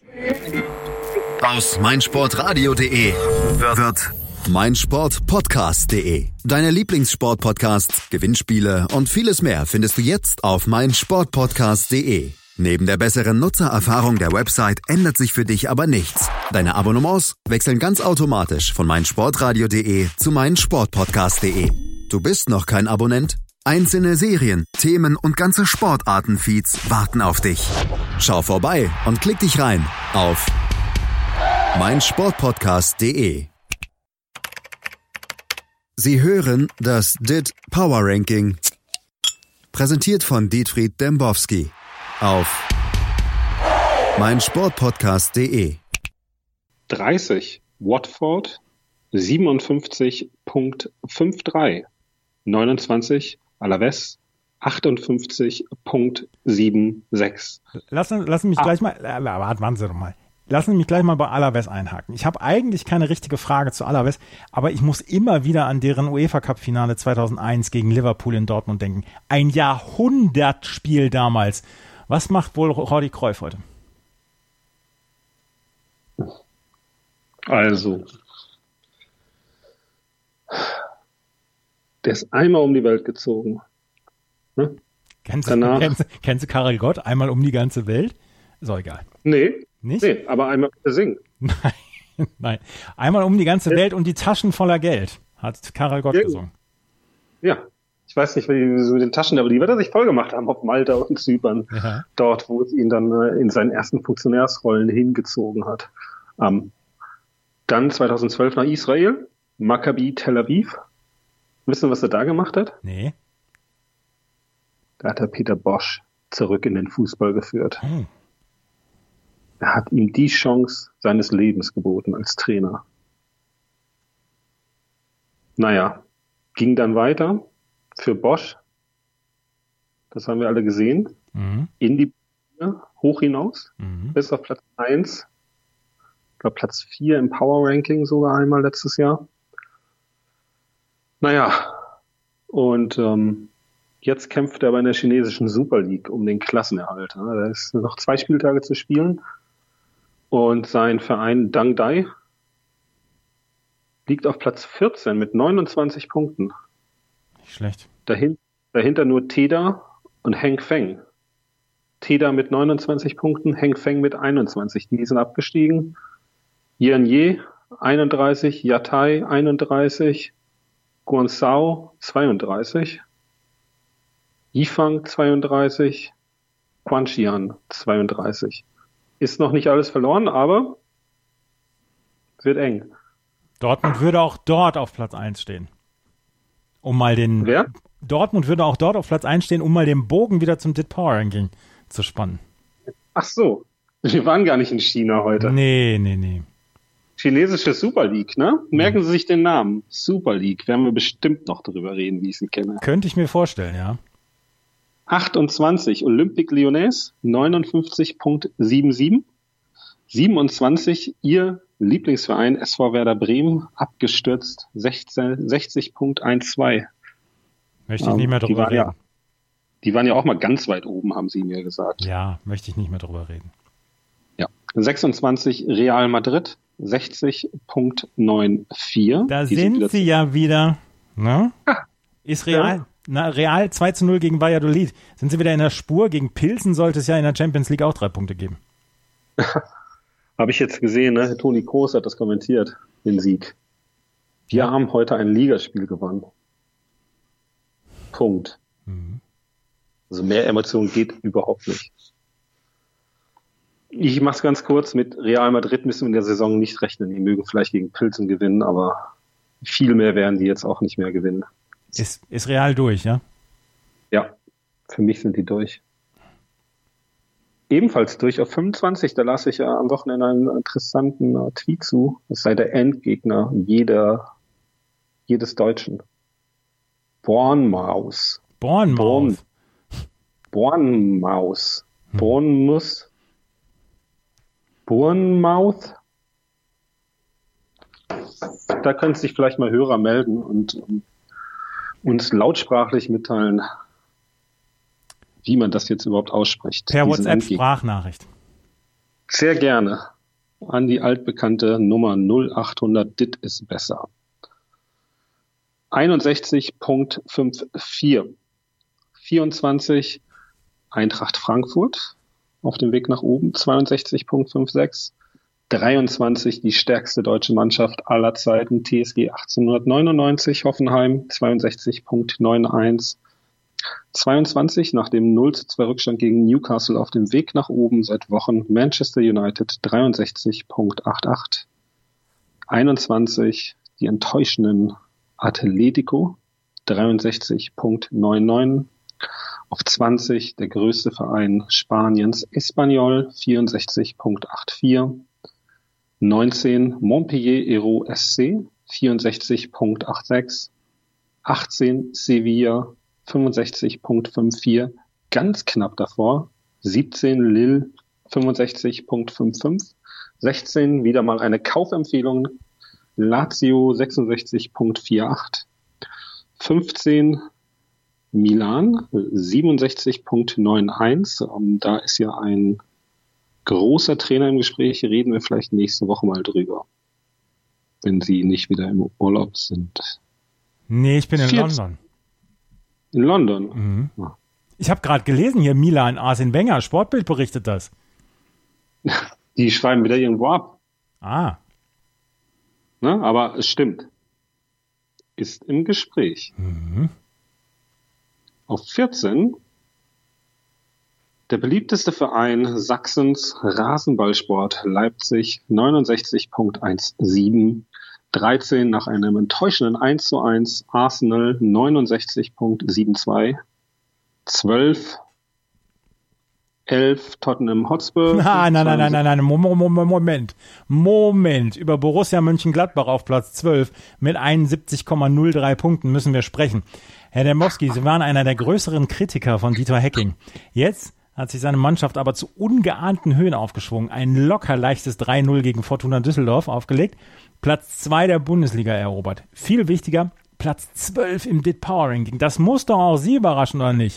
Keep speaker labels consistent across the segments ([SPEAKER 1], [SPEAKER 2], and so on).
[SPEAKER 1] Aus meinsportradio.de wird meinsportpodcast.de. Deine Lieblingssportpodcasts, Gewinnspiele und vieles mehr findest du jetzt auf meinsportpodcast.de. Neben der besseren Nutzererfahrung der Website ändert sich für dich aber nichts. Deine Abonnements wechseln ganz automatisch von meinsportradio.de zu meinsportpodcast.de. Du bist noch kein Abonnent? Einzelne Serien, Themen und ganze Sportarten-Feeds warten auf dich. Schau vorbei und klick dich rein auf meinsportpodcast.de. Sie hören das DIT Power Ranking, präsentiert von Dietfried Dembowski auf meinsportpodcast.de.
[SPEAKER 2] 30 Watford 57.53, 29 Alaves 58.76.
[SPEAKER 3] Lassen mich gleich mal, warten Sie doch mal. Lassen Sie mich gleich mal bei Alaves einhaken. Ich habe eigentlich keine richtige Frage zu Alaves, aber ich muss immer wieder an deren UEFA-Cup-Finale 2001 gegen Liverpool in Dortmund denken. Ein Jahrhundertspiel damals. Was macht wohl Jordi Cruyff heute?
[SPEAKER 2] Also, der ist einmal um die Welt gezogen. Ne?
[SPEAKER 3] Kennst du Karel Gott? Einmal um die ganze Welt? Ist auch egal.
[SPEAKER 2] Nee.
[SPEAKER 3] Nicht?
[SPEAKER 2] Nee, aber einmal singen.
[SPEAKER 3] Nein. Einmal um die ganze Welt und die Taschen voller Geld, hat Karel Gott gesungen.
[SPEAKER 2] Ja. Ich weiß nicht, wie so mit den Taschen, aber die wird er sich voll gemacht haben auf Malta und Zypern. Ja. Dort, wo es ihn dann in seinen ersten Funktionärsrollen hingezogen hat. Dann 2012 nach Israel, Maccabi Tel Aviv. Wissen Sie, was er da gemacht hat?
[SPEAKER 3] Nee.
[SPEAKER 2] Da hat er Peter Bosz zurück in den Fußball geführt. Er hat ihm die Chance seines Lebens geboten als Trainer. Naja, ging dann weiter für Bosz. Das haben wir alle gesehen. In die Bundesliga, hoch hinaus, bis auf Platz 1. Ich glaube Platz 4 im Power Ranking sogar einmal letztes Jahr. Naja, und jetzt kämpft er bei der chinesischen Super League um den Klassenerhalt. Da ist noch 2 Spieltage zu spielen. Und sein Verein Dangdai liegt auf Platz 14 mit 29 Punkten.
[SPEAKER 3] Nicht schlecht.
[SPEAKER 2] Dahinter nur Teda und Hengfeng. Teda mit 29 Punkten, Hengfeng mit 21. Die sind abgestiegen. Yan'ye 31, Yatai 31, Guangzhou 32, Yifang 32, Quanxian 32. Ist noch nicht alles verloren, aber wird eng.
[SPEAKER 3] Dortmund würde auch dort auf Platz 1 stehen. Wer? Dortmund würde auch dort auf Platz 1 stehen, um mal den Bogen wieder zum DIT Power Ranking zu spannen.
[SPEAKER 2] Ach so, wir waren gar nicht in China heute.
[SPEAKER 3] Nee.
[SPEAKER 2] Chinesische Super League, ne? Merken Sie sich den Namen. Super League, werden wir bestimmt noch darüber reden, wie ich sie kenne.
[SPEAKER 3] Könnte ich mir vorstellen, ja.
[SPEAKER 2] 28 Olympique Lyonnais, 59.77. 27 Ihr Lieblingsverein SV Werder Bremen, abgestürzt, 60.12.
[SPEAKER 3] Möchte ich nicht mehr drüber reden.
[SPEAKER 2] Die waren ja auch mal ganz weit oben, haben Sie mir gesagt.
[SPEAKER 3] Ja, möchte ich nicht mehr drüber reden.
[SPEAKER 2] Ja. 26 Real Madrid, 60.94.
[SPEAKER 3] Da sind sie ja wieder. Ne? Ist Real. Ja. Real 2-0 gegen Valladolid. Sind sie wieder in der Spur? Gegen Pilsen sollte es ja in der Champions League auch 3 Punkte geben.
[SPEAKER 2] Habe ich jetzt gesehen, ne? Toni Kroos hat das kommentiert, den Sieg. Wir haben heute ein Ligaspiel gewonnen. Punkt. Also mehr Emotionen geht überhaupt nicht. Ich mache es ganz kurz. Mit Real Madrid müssen wir in der Saison nicht rechnen. Die mögen vielleicht gegen Pilsen gewinnen, aber viel mehr werden die jetzt auch nicht mehr gewinnen.
[SPEAKER 3] Ist Real durch, ja?
[SPEAKER 2] Ja, für mich sind die durch. Ebenfalls durch auf 25, da las ich ja am Wochenende einen interessanten Tweet zu. Es sei der Endgegner jedes Deutschen. Bournemouth.
[SPEAKER 3] Bournemouth.
[SPEAKER 2] Da können sich vielleicht mal Hörer melden und uns lautsprachlich mitteilen, wie man das jetzt überhaupt ausspricht.
[SPEAKER 3] Per WhatsApp-Sprachnachricht.
[SPEAKER 2] Sehr gerne an die altbekannte Nummer 0800 Dit ist besser. 61.54. 24 Eintracht Frankfurt auf dem Weg nach oben, 62.56. 23 die stärkste deutsche Mannschaft aller Zeiten, TSG 1899 Hoffenheim, 62.91. 22 nach dem 0:2 Rückstand gegen Newcastle auf dem Weg nach oben seit Wochen, Manchester United 63.88. 21 die enttäuschenden Atletico 63.99. Auf 20 der größte Verein Spaniens Espanyol 64.84. 19 Montpellier Hérault SC 64.86. 18 Sevilla 65.54, ganz knapp davor. 17 Lille 65.55. 16 wieder mal eine Kaufempfehlung Lazio 66.48. 15 Milan 67.91. Da ist ja ein großer Trainer im Gespräch. Reden wir vielleicht nächste Woche mal drüber, wenn Sie nicht wieder im Urlaub sind.
[SPEAKER 3] Nee, ich bin in London.
[SPEAKER 2] In London?
[SPEAKER 3] Mhm. Ja. Ich habe gerade gelesen hier, Milan, Arsene Wenger, Sportbild berichtet das.
[SPEAKER 2] Die schreiben wieder irgendwo ab.
[SPEAKER 3] Ah.
[SPEAKER 2] Ne? Aber es stimmt. Ist im Gespräch.
[SPEAKER 3] Mhm.
[SPEAKER 2] Auf 14 der beliebteste Verein Sachsens, Rasenballsport Leipzig 69.17. 13 nach einem enttäuschenden 1:1 Arsenal 69.72. 12 11 Tottenham Hotspur.
[SPEAKER 3] Nein. Moment. Über Borussia Mönchengladbach auf Platz 12 mit 71,03 Punkten müssen wir sprechen. Herr Dembowski, Sie waren einer der größeren Kritiker von Dieter Hecking. Jetzt hat sich seine Mannschaft aber zu ungeahnten Höhen aufgeschwungen. Ein locker leichtes 3:0 gegen Fortuna Düsseldorf aufgelegt. Platz 2 der Bundesliga erobert. Viel wichtiger, Platz 12 im DIT Power Ranking. Das muss doch auch Sie überraschen, oder nicht?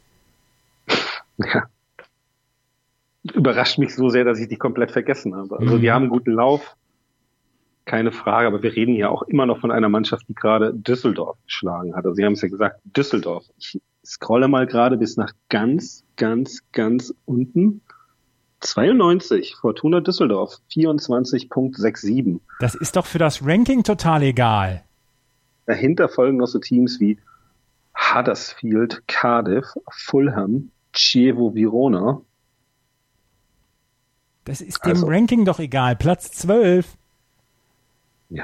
[SPEAKER 2] Ja. Überrascht mich so sehr, dass ich die komplett vergessen habe. Also die haben einen guten Lauf, keine Frage, aber wir reden ja auch immer noch von einer Mannschaft, die gerade Düsseldorf geschlagen hat. Also Sie haben es ja gesagt, Düsseldorf. Ich scrolle mal gerade bis nach ganz unten. 92, Fortuna Düsseldorf, 24.67.
[SPEAKER 3] Das ist doch für das Ranking total egal.
[SPEAKER 2] Dahinter folgen noch so Teams wie Huddersfield, Cardiff, Fulham, Chievo Verona.
[SPEAKER 3] Das ist dem Ranking doch egal. Platz 12.
[SPEAKER 2] Ja.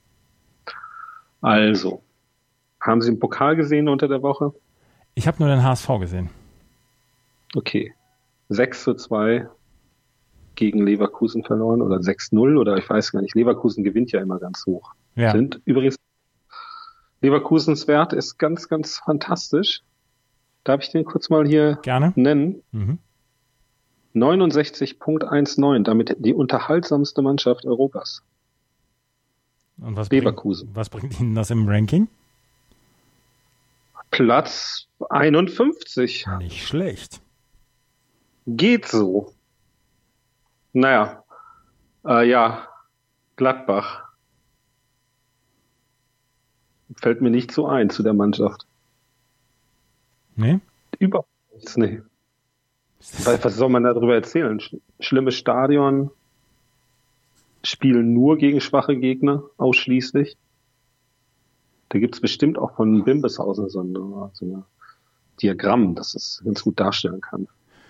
[SPEAKER 2] Also, haben Sie den Pokal gesehen unter der Woche?
[SPEAKER 3] Ich habe nur den HSV gesehen.
[SPEAKER 2] Okay. 6:2 gegen Leverkusen verloren oder 6:0 oder ich weiß gar nicht. Leverkusen gewinnt ja immer ganz hoch.
[SPEAKER 3] Ja.
[SPEAKER 2] Sind übrigens Leverkusens Wert ist ganz fantastisch. Darf ich den kurz mal hier nennen?
[SPEAKER 3] Mhm.
[SPEAKER 2] 69.19, damit die unterhaltsamste Mannschaft Europas.
[SPEAKER 3] Und was
[SPEAKER 2] Leverkusen.
[SPEAKER 3] Was bringt Ihnen das im Ranking?
[SPEAKER 2] Platz 51.
[SPEAKER 3] Nicht schlecht.
[SPEAKER 2] Geht so. Naja, Gladbach. Fällt mir nicht so ein zu der Mannschaft.
[SPEAKER 3] Nee?
[SPEAKER 2] Überhaupt nichts, nee. Was soll man darüber erzählen? Schlimmes Stadion, spielen nur gegen schwache Gegner, ausschließlich. Da gibt's bestimmt auch von Bimbeshausen so ein Diagramm, das es ganz gut darstellen kann.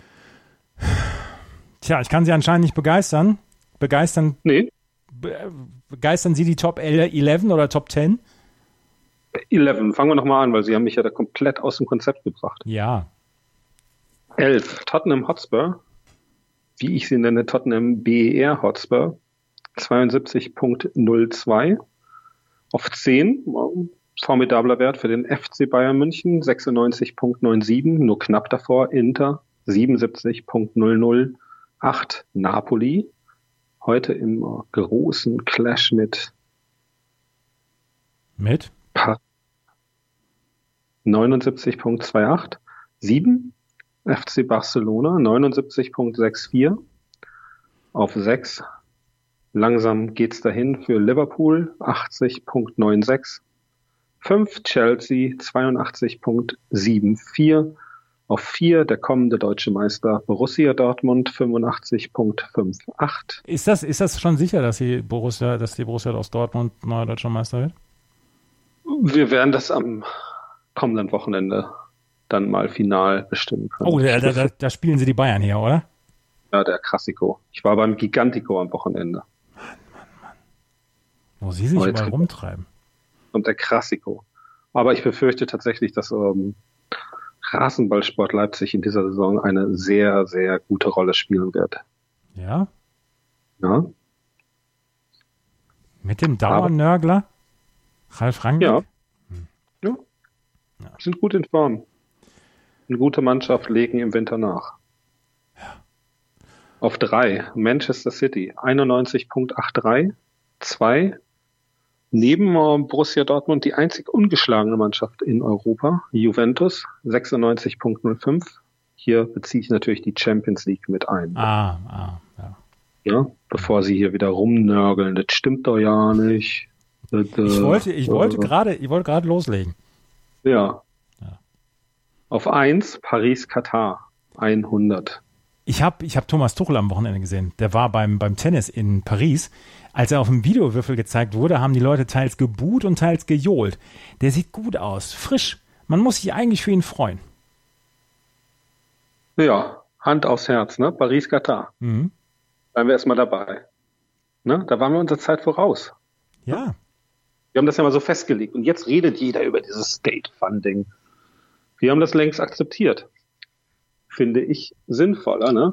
[SPEAKER 3] Tja, ich kann Sie anscheinend nicht begeistern.
[SPEAKER 2] Nee.
[SPEAKER 3] Begeistern Sie die Top 11 oder Top 10?
[SPEAKER 2] 11, fangen wir nochmal an, weil Sie haben mich ja da komplett aus dem Konzept gebracht.
[SPEAKER 3] Ja.
[SPEAKER 2] 11, Tottenham Hotspur, wie ich sie nenne, Tottenham BER Hotspur, 72.02. Auf 10, formidabler Wert für den FC Bayern München, 96.97, nur knapp davor, Inter, 77.008, Napoli, heute im großen Clash mit 79.28, 7, FC Barcelona 79.64. auf 6. Langsam geht's dahin für Liverpool, 80,96. 5 Chelsea, 82,74. Auf 4 der kommende deutsche Meister Borussia Dortmund, 85,58.
[SPEAKER 3] Ist das schon sicher, dass die Borussia aus Dortmund neuer deutscher Meister wird?
[SPEAKER 2] Wir werden das am kommenden Wochenende dann mal final bestimmen können.
[SPEAKER 3] Oh, da spielen sie die Bayern hier, oder?
[SPEAKER 2] Ja, der Klassiko. Ich war beim Gigantico am Wochenende.
[SPEAKER 3] Mann. Wo sie sich überall rumtreiben.
[SPEAKER 2] Und der Klassiko. Aber ich befürchte tatsächlich, dass Rasenballsport Leipzig in dieser Saison eine sehr, sehr gute Rolle spielen wird.
[SPEAKER 3] Ja?
[SPEAKER 2] Ja.
[SPEAKER 3] Mit dem Dauernörgler? Ralf Rangnick?
[SPEAKER 2] Ja. Ja. Sind gut in Form. Eine gute Mannschaft legen im Winter nach.
[SPEAKER 3] Ja.
[SPEAKER 2] Auf 3 Manchester City 91,83. 2 neben Borussia Dortmund die einzig ungeschlagene Mannschaft in Europa, Juventus 96,05. Hier beziehe ich natürlich die Champions League mit ein.
[SPEAKER 3] Ja.
[SPEAKER 2] Ja, bevor sie hier wieder rumnörgeln, das stimmt doch ja nicht.
[SPEAKER 3] Ich wollte gerade loslegen.
[SPEAKER 2] Ja. Auf 1 Paris-Katar 100.
[SPEAKER 3] Ich hab Thomas Tuchel am Wochenende gesehen. Der war beim Tennis in Paris. Als er auf dem Videowürfel gezeigt wurde, haben die Leute teils gebuht und teils gejohlt. Der sieht gut aus, frisch. Man muss sich eigentlich für ihn freuen.
[SPEAKER 2] Ja, Hand aufs Herz, ne? Paris-Katar.
[SPEAKER 3] Mhm.
[SPEAKER 2] Bleiben wir erstmal dabei. Ne? Da waren wir unserer Zeit voraus.
[SPEAKER 3] Ja.
[SPEAKER 2] Wir haben das ja mal so festgelegt. Und jetzt redet jeder über dieses State-Funding. Wir haben das längst akzeptiert. Finde ich sinnvoller, ne?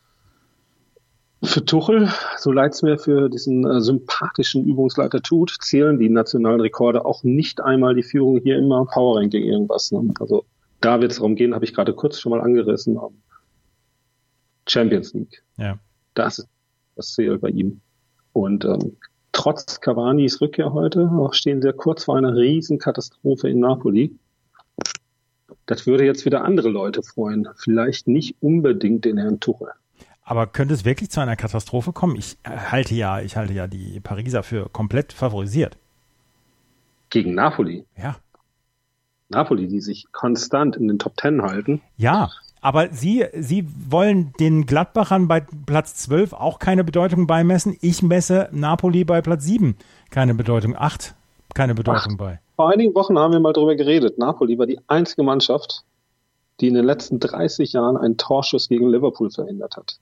[SPEAKER 2] Für Tuchel, so leid es mir für diesen sympathischen Übungsleiter tut, zählen die nationalen Rekorde auch nicht einmal die Führung hier immer Power Ranking irgendwas. Ne? Also da wird es darum gehen, habe ich gerade kurz schon mal angerissen. Champions League.
[SPEAKER 3] Ja.
[SPEAKER 2] Das zählt bei ihm. Und trotz Cavanis Rückkehr heute stehen wir kurz vor einer Riesenkatastrophe in Napoli. Das würde jetzt wieder andere Leute freuen. Vielleicht nicht unbedingt den Herrn Tuchel.
[SPEAKER 3] Aber könnte es wirklich zu einer Katastrophe kommen? Ich halte ja die Pariser für komplett favorisiert.
[SPEAKER 2] Gegen Napoli?
[SPEAKER 3] Ja.
[SPEAKER 2] Napoli, die sich konstant in den Top 10 halten.
[SPEAKER 3] Ja, aber Sie wollen den Gladbachern bei Platz 12 auch keine Bedeutung beimessen. Ich messe Napoli bei Platz 7 keine Bedeutung, 8 keine Bedeutung bei.
[SPEAKER 2] Vor einigen Wochen haben wir mal drüber geredet. Napoli war die einzige Mannschaft, die in den letzten 30 Jahren einen Torschuss gegen Liverpool verhindert hat.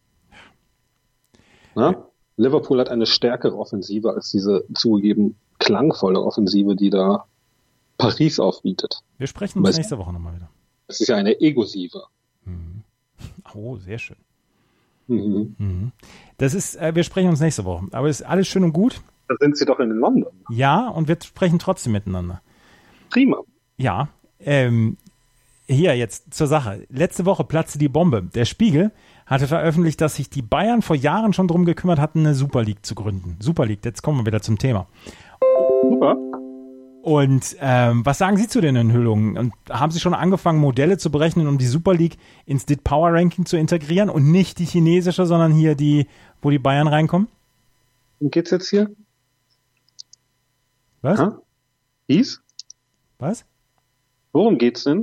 [SPEAKER 2] Na? Liverpool hat eine stärkere Offensive als diese zugegeben klangvolle Offensive, die da Paris aufbietet.
[SPEAKER 3] Wir sprechen uns nächste Woche nochmal wieder.
[SPEAKER 2] Das ist ja eine Egosive.
[SPEAKER 3] Mhm. Oh, sehr schön.
[SPEAKER 2] Mhm.
[SPEAKER 3] Mhm. Wir sprechen uns nächste Woche. Aber ist alles schön und gut.
[SPEAKER 2] Da sind Sie doch in London.
[SPEAKER 3] Ja, und wir sprechen trotzdem miteinander.
[SPEAKER 2] Prima.
[SPEAKER 3] Ja, hier jetzt zur Sache. Letzte Woche platzte die Bombe. Der Spiegel hatte veröffentlicht, dass sich die Bayern vor Jahren schon drum gekümmert hatten, eine Super League zu gründen. Super League, jetzt kommen wir wieder zum Thema.
[SPEAKER 2] Super.
[SPEAKER 3] Und was sagen Sie zu den Enthüllungen? Und haben Sie schon angefangen, Modelle zu berechnen, um die Super League ins DIT Power Ranking zu integrieren und nicht die chinesische, sondern hier wo die Bayern reinkommen?
[SPEAKER 2] Worum geht's jetzt hier?
[SPEAKER 3] Was?
[SPEAKER 2] Dies?
[SPEAKER 3] Was?
[SPEAKER 2] Worum geht's denn?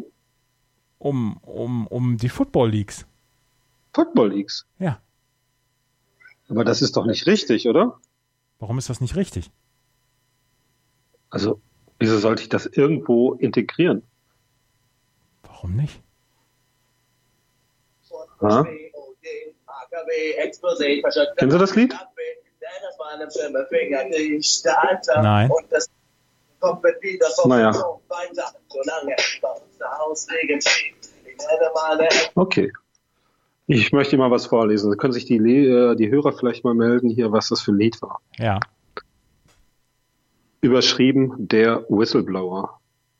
[SPEAKER 3] Um die Football Leagues.
[SPEAKER 2] Football Leagues?
[SPEAKER 3] Ja.
[SPEAKER 2] Aber das ist doch nicht richtig, oder?
[SPEAKER 3] Warum ist das nicht richtig?
[SPEAKER 2] Also, wieso sollte ich das irgendwo integrieren?
[SPEAKER 3] Warum nicht?
[SPEAKER 2] Ha? Kennen Sie das Lied?
[SPEAKER 3] Nein.
[SPEAKER 2] Naja. Okay. Ich möchte mal was vorlesen. Da können sich die Hörer vielleicht mal melden hier, was das für ein Lied war.
[SPEAKER 3] Ja.
[SPEAKER 2] Überschrieben, der Whistleblower.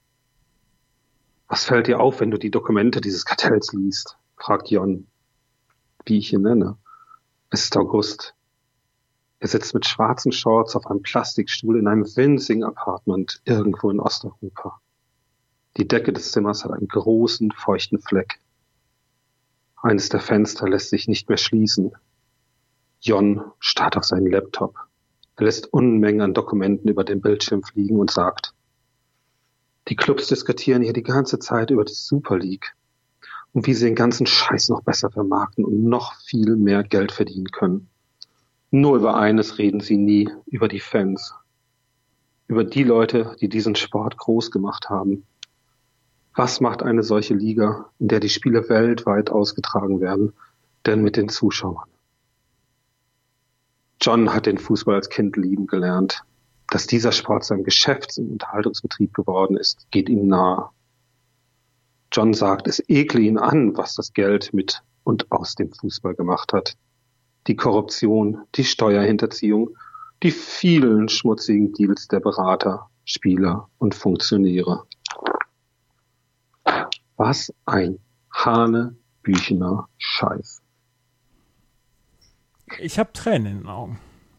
[SPEAKER 2] Was fällt dir auf, wenn du die Dokumente dieses Kartells liest? Fragt Jon, wie ich ihn nenne. Es ist August. Er sitzt mit schwarzen Shorts auf einem Plastikstuhl in einem winzigen Apartment irgendwo in Osteuropa. Die Decke des Zimmers hat einen großen, feuchten Fleck. Eines der Fenster lässt sich nicht mehr schließen. Jon starrt auf seinen Laptop. Er lässt Unmengen an Dokumenten über den Bildschirm fliegen und sagt: Die Clubs diskutieren hier die ganze Zeit über die Super League und wie sie den ganzen Scheiß noch besser vermarkten und noch viel mehr Geld verdienen können. Nur über eines reden sie nie, über die Fans. Über die Leute, die diesen Sport groß gemacht haben. Was macht eine solche Liga, in der die Spiele weltweit ausgetragen werden, denn mit den Zuschauern? Jon hat den Fußball als Kind lieben gelernt. Dass dieser Sport sein Geschäfts- und Unterhaltungsbetrieb geworden ist, geht ihm nahe. Jon sagt, es ekle ihn an, was das Geld mit und aus dem Fußball gemacht hat. Die Korruption, die Steuerhinterziehung, die vielen schmutzigen Deals der Berater, Spieler und Funktionäre. Was ein hanebüchener Scheiß.
[SPEAKER 3] Ich habe Tränen in den Augen.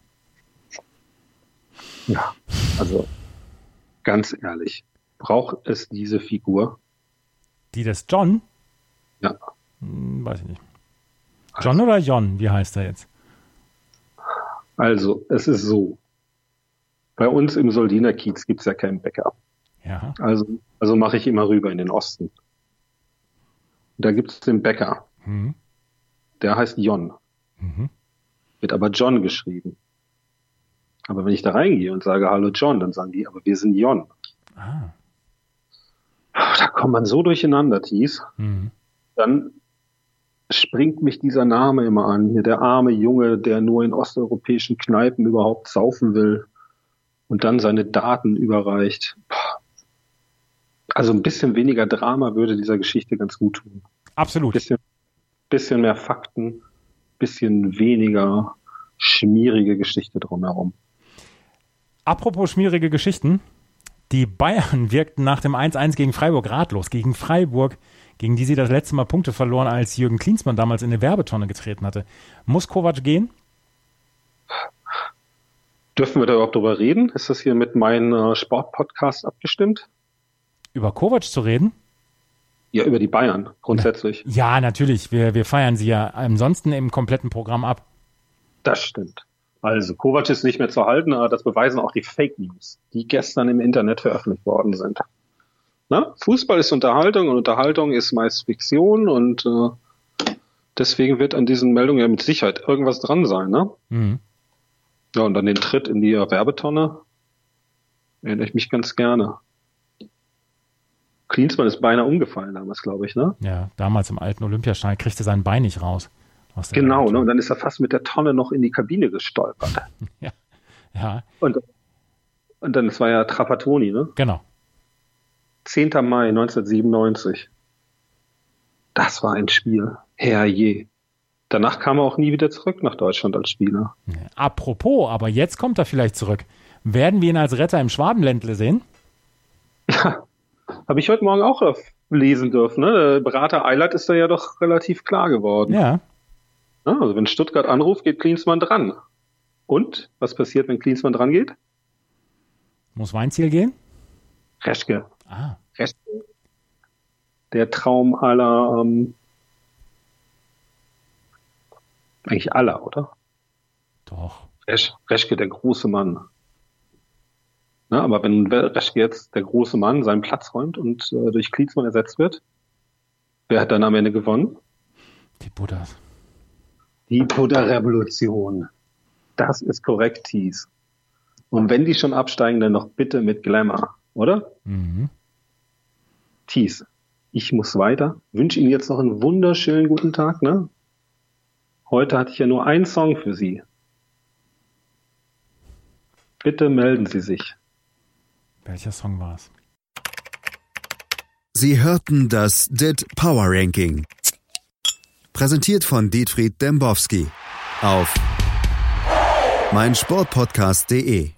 [SPEAKER 2] Ja, also ganz ehrlich, braucht es diese Figur?
[SPEAKER 3] Die des Jon?
[SPEAKER 2] Ja.
[SPEAKER 3] Weiß ich nicht. Jon oder Jon? Wie heißt er jetzt?
[SPEAKER 2] Also, es ist so. Bei uns im Soldiner Kiez gibt es ja keinen Bäcker.
[SPEAKER 3] Ja.
[SPEAKER 2] Also mache ich immer rüber in den Osten. Da gibt es den Bäcker.
[SPEAKER 3] Mhm.
[SPEAKER 2] Der heißt Jon.
[SPEAKER 3] Mhm.
[SPEAKER 2] Wird aber Jon geschrieben. Aber wenn ich da reingehe und sage, hallo Jon, dann sagen die, aber wir sind Jon.
[SPEAKER 3] Ah.
[SPEAKER 2] Da kommt man so durcheinander, Thies.
[SPEAKER 3] Mhm.
[SPEAKER 2] Dann springt mich dieser Name immer an. Hier der arme Junge, der nur in osteuropäischen Kneipen überhaupt saufen will und dann seine Daten überreicht. Also ein bisschen weniger Drama würde dieser Geschichte ganz gut tun.
[SPEAKER 3] Absolut.
[SPEAKER 2] Bisschen mehr Fakten, bisschen weniger schmierige Geschichte drumherum.
[SPEAKER 3] Apropos schmierige Geschichten. Die Bayern wirkten nach dem 1-1 gegen Freiburg ratlos. Gegen Freiburg, gegen die sie das letzte Mal Punkte verloren, als Jürgen Klinsmann damals in eine Werbetonne getreten hatte. Muss Kovac gehen?
[SPEAKER 2] Dürfen wir da überhaupt drüber reden? Ist das hier mit meinem Sportpodcast abgestimmt?
[SPEAKER 3] Über Kovac zu reden?
[SPEAKER 2] Ja, über die Bayern grundsätzlich.
[SPEAKER 3] Ja, natürlich. Wir feiern sie ja ansonsten im kompletten Programm ab. Das
[SPEAKER 2] stimmt. Also, Kovac ist nicht mehr zu halten, aber das beweisen auch die Fake News, die gestern im Internet veröffentlicht worden sind. Na? Fußball ist Unterhaltung und Unterhaltung ist meist Fiktion und deswegen wird an diesen Meldungen ja mit Sicherheit irgendwas dran sein. Ne?
[SPEAKER 3] Mhm.
[SPEAKER 2] Ja, und an den Tritt in die Werbetonne erinnere ich mich ganz gerne. Klinsmann ist beinahe umgefallen damals, glaube ich, ne?
[SPEAKER 3] Ja, damals im alten Olympiastadion kriegte sein Bein nicht raus.
[SPEAKER 2] Genau, ne? Und dann ist er fast mit der Tonne noch in die Kabine gestolpert.
[SPEAKER 3] Ja.
[SPEAKER 2] Und dann, das war ja Trapattoni, ne?
[SPEAKER 3] Genau.
[SPEAKER 2] 10. Mai 1997. Das war ein Spiel. Herrje. Danach kam er auch nie wieder zurück nach Deutschland als Spieler.
[SPEAKER 3] Apropos, aber jetzt kommt er vielleicht zurück. Werden wir ihn als Retter im Schwabenländle sehen?
[SPEAKER 2] Ja, habe ich heute Morgen auch lesen dürfen. Ne? Der Berater Eilert ist da ja doch relativ klar geworden.
[SPEAKER 3] Ja.
[SPEAKER 2] Also wenn Stuttgart anruft, geht Klinsmann dran. Und? Was passiert, wenn Klinsmann dran geht?
[SPEAKER 3] Muss Weinziel gehen?
[SPEAKER 2] Reschke.
[SPEAKER 3] Reschke.
[SPEAKER 2] Der Traum aller, eigentlich aller, oder?
[SPEAKER 3] Doch.
[SPEAKER 2] Reschke, der große Mann. Na, aber wenn Reschke jetzt, der große Mann, seinen Platz räumt und durch Klinsmann ersetzt wird, wer hat dann am Ende gewonnen?
[SPEAKER 3] Die Buddhas.
[SPEAKER 2] Die Buddha-Revolution. Das ist korrekt, Thies. Und wenn die schon absteigen, dann noch bitte mit Glamour, oder?
[SPEAKER 3] Mhm.
[SPEAKER 2] Thies, ich muss weiter. Wünsche Ihnen jetzt noch einen wunderschönen guten Tag, ne? Heute hatte ich ja nur einen Song für Sie. Bitte melden Sie sich.
[SPEAKER 3] Welcher Song war es?
[SPEAKER 1] Sie hörten das DIT Power Ranking. Präsentiert von Dietfried Dembowski auf meinsportpodcast.de.